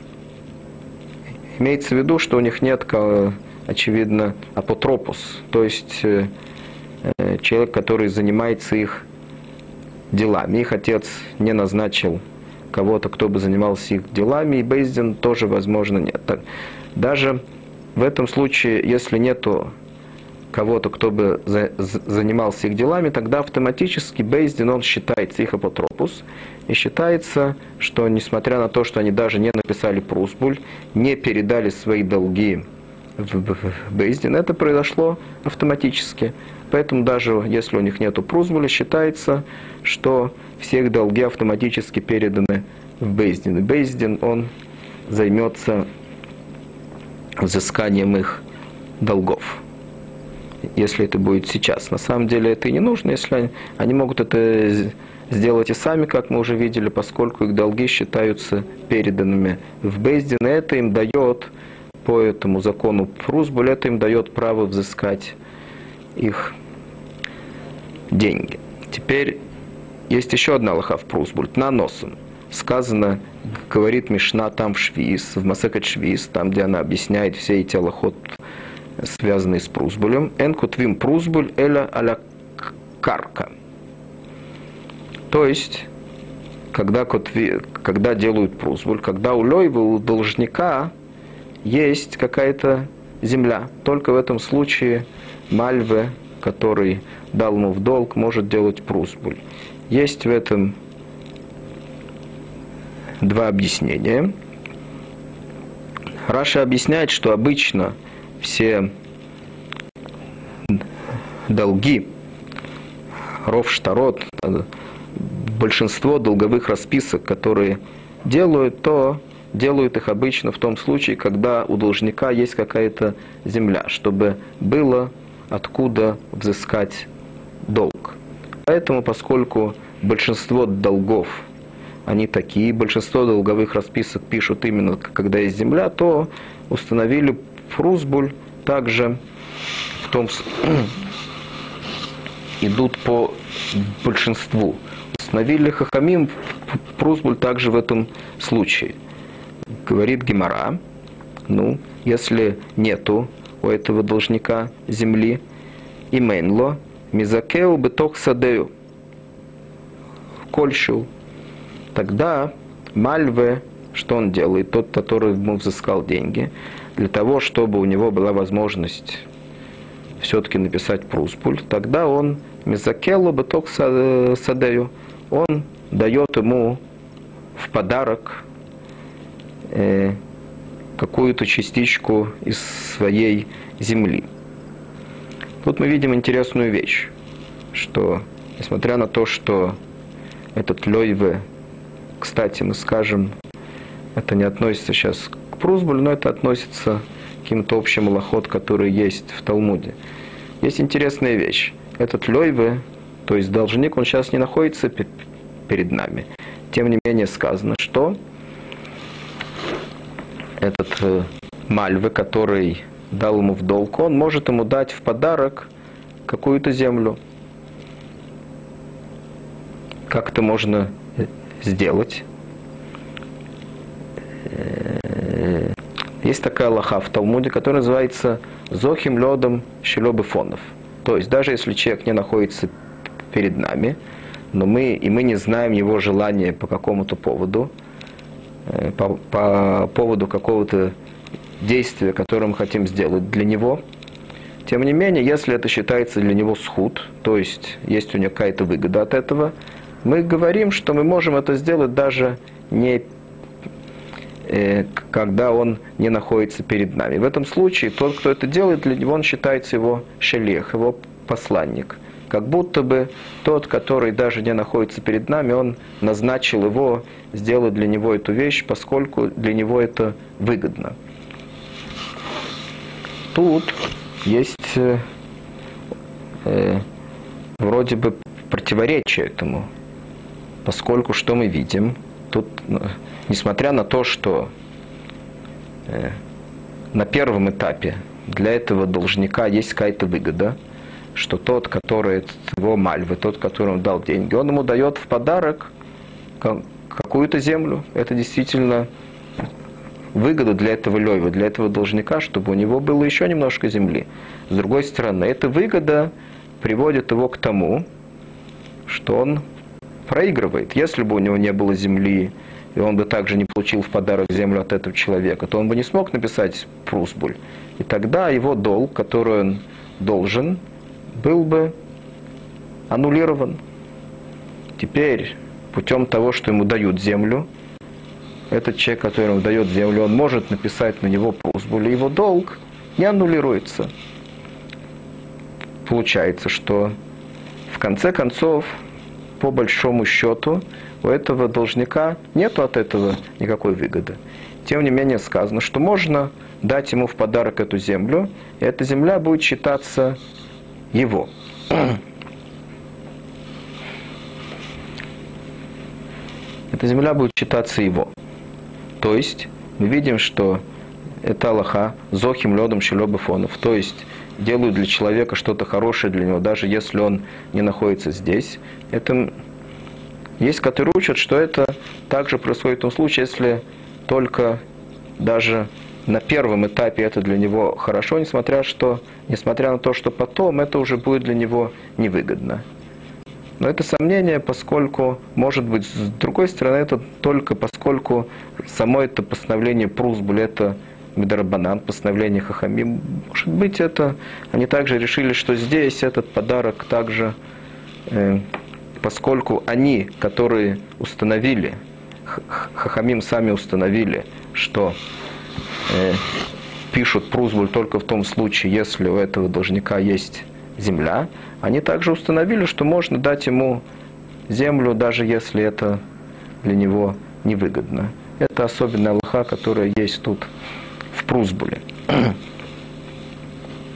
Имеется в виду, что у них нет, очевидно, апотропус, то есть человек, который занимается их делами. Их отец не назначил кого-то, кто бы занимался их делами, и Бейздин тоже, возможно, нет. Даже в этом случае, если нету кого-то, кто бы занимался их делами, тогда автоматически Бейздин, он считается их апотропус, и считается, что несмотря на то, что они даже не написали прузбуль, не передали свои долги в Бейздин, это произошло автоматически. Поэтому даже если у них нету прузбуля, считается, что все их долги автоматически переданы в Бейздин. И Бейздин, он займется взысканием их долгов, если это будет сейчас. На самом деле это и не нужно, если они могут это сделать и сами, как мы уже видели, поскольку их долги считаются переданными в Бейздин, и это им дает, по этому закону прузбуль, это им дает право взыскать их деньги. Теперь есть еще одна алаха в прузбуль, наносом. Сказано, говорит Мишна там в Швиз, в Масекет Швиз, там, где она объясняет все эти алахот, связанные с прузбулем. Эн кутвим прузбуль эля аля карка. То есть, когда делают прузбуль, когда у лойва, у должника есть какая-то земля. Только в этом случае мальве, который дал ему в долг, может делать прузбуль. Есть в этом два объяснения. Раша объясняет, что обычно все долги, ров штарот, большинство долговых расписок, которые делают, то делают их обычно в том случае, когда у должника есть какая-то земля, чтобы было откуда взыскать долг. Поэтому, поскольку большинство долгов, они такие, большинство долговых расписок пишут именно, когда есть земля, то установили прусбуль также в том, идут по большинству. Установили хахамим прусбуль также в этом случае. Говорит Гемара, если нету у этого должника земли, именло, мизакеу беток садею, кольшил, тогда мальве, что он делает, тот, который ему взыскал деньги, для того, чтобы у него была возможность все-таки написать прусбуль, тогда он мизакелу беток садею, он дает ему в подарок какую-то частичку из своей земли. Тут мы видим интересную вещь, что, несмотря на то, что этот лойве, кстати, мы скажем, это не относится сейчас к прусбулю, но это относится к каким-то общим алахот, которые есть в Талмуде. Есть интересная вещь. Этот лойве, то есть должник, он сейчас не находится перед нами. Тем не менее сказано, что этот мальве, который дал ему в долг, он может ему дать в подарок какую-то землю. Как это можно сделать? Есть такая алаха в Талмуде, которая называется «Зохим лёдом щелёбы фонов». То есть, даже если человек не находится перед нами, но мы не знаем его желания по какому-то поводу, по поводу какого-то действия, которое мы хотим сделать для него, тем не менее, если это считается для него схуд, то есть есть у него какая-то выгода от этого, мы говорим, что мы можем это сделать даже не когда он не находится перед нами. В этом случае тот, кто это делает, для него он считается его шелех, его посланник. Как будто бы тот, который даже не находится перед нами, он назначил его сделать для него эту вещь, поскольку для него это выгодно. Тут есть вроде бы противоречие этому, поскольку что мы видим? Тут, несмотря на то, что на первом этапе для этого должника есть какая-то выгода, что тот, который его мальвы, тот, которому дал деньги, он ему дает в подарок какую-то землю. Это действительно выгода для этого лёйва, для этого должника, чтобы у него было еще немножко земли. С другой стороны, эта выгода приводит его к тому, что он проигрывает. Если бы у него не было земли, и он бы также не получил в подарок землю от этого человека, то он бы не смог написать прусбуль. И тогда его долг, который он должен, был бы аннулирован. Теперь, путем того, что ему дают землю, этот человек, который ему дает землю, он может написать на него прусбуль, и его долг не аннулируется. Получается, что в конце концов, по большому счету, у этого должника нет от этого никакой выгоды. Тем не менее сказано, что можно дать ему в подарок эту землю, и эта земля будет считаться его. Эта земля будет считаться его. То есть мы видим, что это алаха зохим лёдом щелёбы фонов. То есть делают для человека что-то хорошее для него, даже если он не находится здесь. Это есть, которые учат, что это также происходит в том случае, если только даже на первом этапе это для него хорошо, несмотря на то, что потом это уже будет для него невыгодно. Но это сомнение, поскольку, может быть, с другой стороны, это только поскольку само это постановление прусбуль, это мидрабанан, постановление хахамим, может быть, это они также решили, что здесь этот подарок также, поскольку они, которые установили, хахамим сами установили, что пишут прусбуль только в том случае, если у этого должника есть земля, они также установили, что можно дать ему землю, даже если это для него невыгодно. Это особенная алаха, которая есть тут в прусбуле.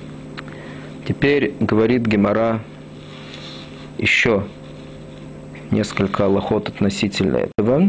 Теперь говорит Гемара еще несколько алахот относительно этого.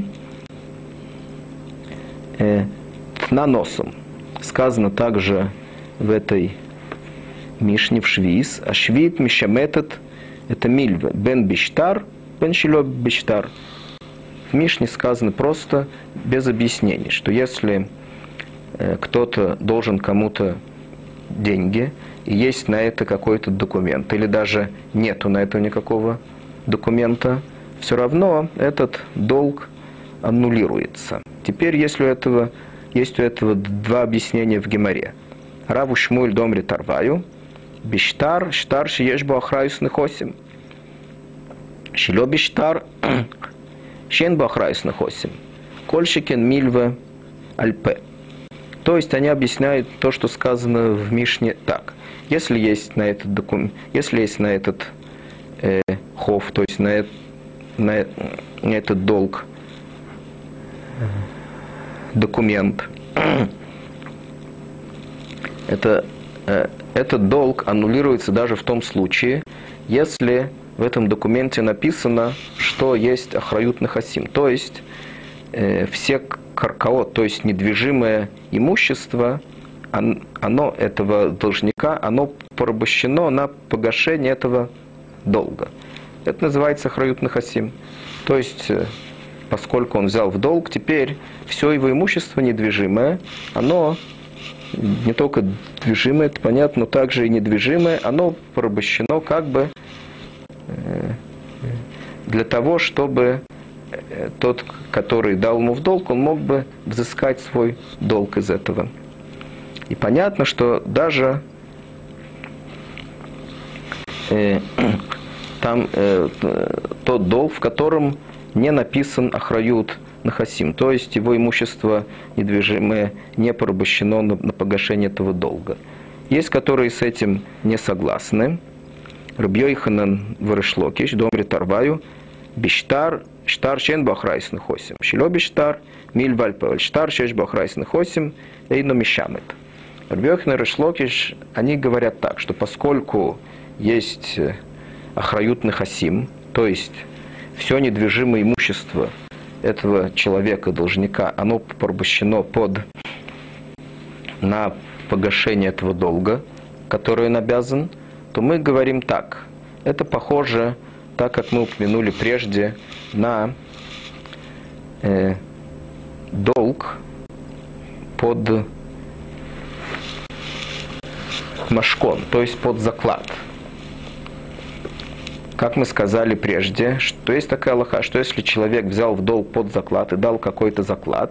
Тнаносом. Сказано также в этой Мишне в Швиз. А швид мишаметет это мильве. Бен биштар, бен шило биштар. В Мишне сказано просто, без объяснений, что если кто-то должен кому-то деньги, и есть на это какой-то документ, или даже нету на это никакого документа, все равно этот долг аннулируется. Теперь есть у этого два объяснения в Гемаре. Раву Шмуэль домри тарваю, биштар, штар шиеш бо ахраюс нехосим. Шило биштар, шен бо ахраюс нехосим. Кольшикен мильве альпе. То есть они объясняют то, что сказано в Мишне так. Если есть на этот документ, если есть на этот хов, то есть на этот долг документ, этот долг аннулируется даже в том случае, если в этом документе написано, что есть ахрают нехасим, то есть все каркаот, то есть недвижимое имущество, оно этого должника, оно порабощено на погашение этого долга. Это называется ахрают нехасим. То есть, поскольку он взял в долг, теперь все его имущество недвижимое, оно не только движимое, это понятно, но также и недвижимое, оно порабощено как бы для того, чтобы тот, который дал ему в долг, он мог бы взыскать свой долг из этого. И понятно, что даже там тот долг, в котором не написан ахрают нехасим, то есть его имущество недвижимое не порабощено на погашение этого долга. Есть, которые с этим не согласны. Раби Йоханан вариш локиш, домри тарваю, биштар, штар шен бахрайс нехосим. Шило биштар, миль вальпеваль, штар шеш бахрайс нехосим, эйно мишамет. Раби Йоханан вариш локиш, они говорят так, что поскольку есть ахрают нехасим, то есть все недвижимое имущество этого человека, должника, оно порабощено на погашение этого долга, который он обязан, то мы говорим так. Это похоже, так как мы упомянули прежде, на долг под машкон, то есть под заклад. Как мы сказали прежде, что есть такая алаха, что если человек взял в долг под заклад и дал какой-то заклад,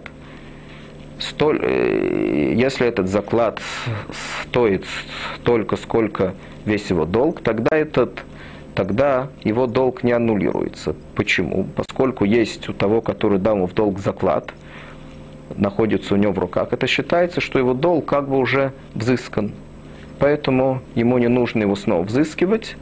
если этот заклад стоит столько, сколько весь его долг, тогда его долг не аннулируется. Почему? Поскольку есть у того, который дал ему в долг заклад, находится у него в руках, это считается, что его долг как бы уже взыскан. Поэтому ему не нужно его снова взыскивать,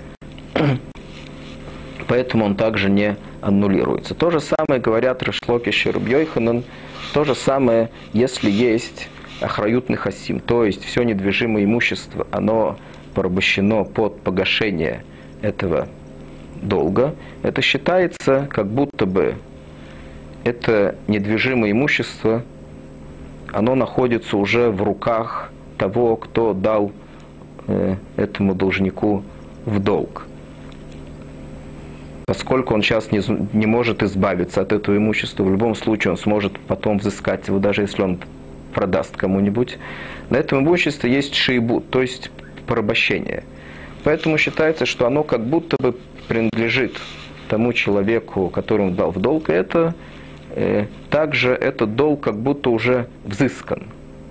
поэтому он также не аннулируется. То же самое говорят Реш Локиш и Раби Йоханан, то же самое, если есть ахрают нехасим, то есть все недвижимое имущество, оно порабощено под погашение этого долга, это считается, как будто бы это недвижимое имущество, оно находится уже в руках того, кто дал этому должнику в долг. Поскольку он сейчас не может избавиться от этого имущества, в любом случае он сможет потом взыскать его, даже если он продаст кому-нибудь. На этом имуществе есть шейбу, то есть порабощение. Поэтому считается, что оно как будто бы принадлежит тому человеку, которому дал в долг, и это также этот долг как будто уже взыскан.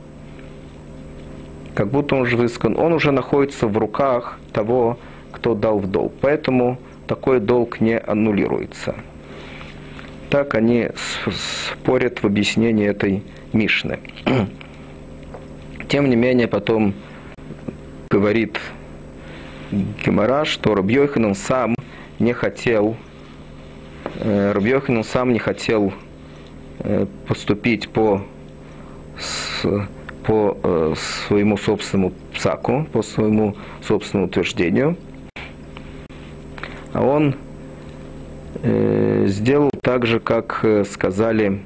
Как будто он уже взыскан. Он уже находится в руках того, кто дал в долг. Поэтому такой долг не аннулируется. Так они спорят в объяснении этой Мишны. Тем не менее, потом говорит Гемара, что Раби Йоханан сам не хотел поступить по своему собственному псаку, по своему собственному утверждению, а он сделал так же, как сказали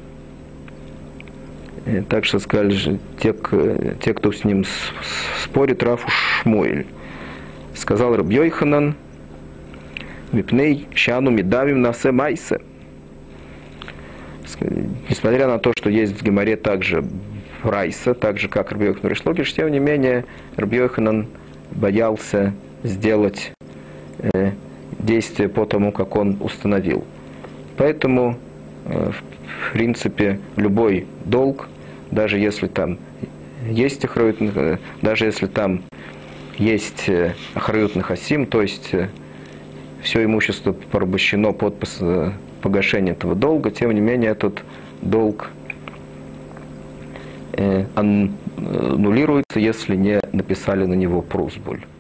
те, кто с ним спорит, Раф Шмуэль. Сказал Рабби Йоханан: «Мипней шану мидавим насе майсе». Несмотря на то, что есть в Гемаре также райса, так же, как Рабби Йоханан Риш Лакиш, тем не менее, Рабби Йоханан боялся сделать действие по тому, как он установил. Поэтому, в принципе, любой долг, даже если там есть даже если там есть ахрают нехасим, то есть все имущество порабощено под погашение этого долга, тем не менее этот долг аннулируется, если не написали на него прусбуль.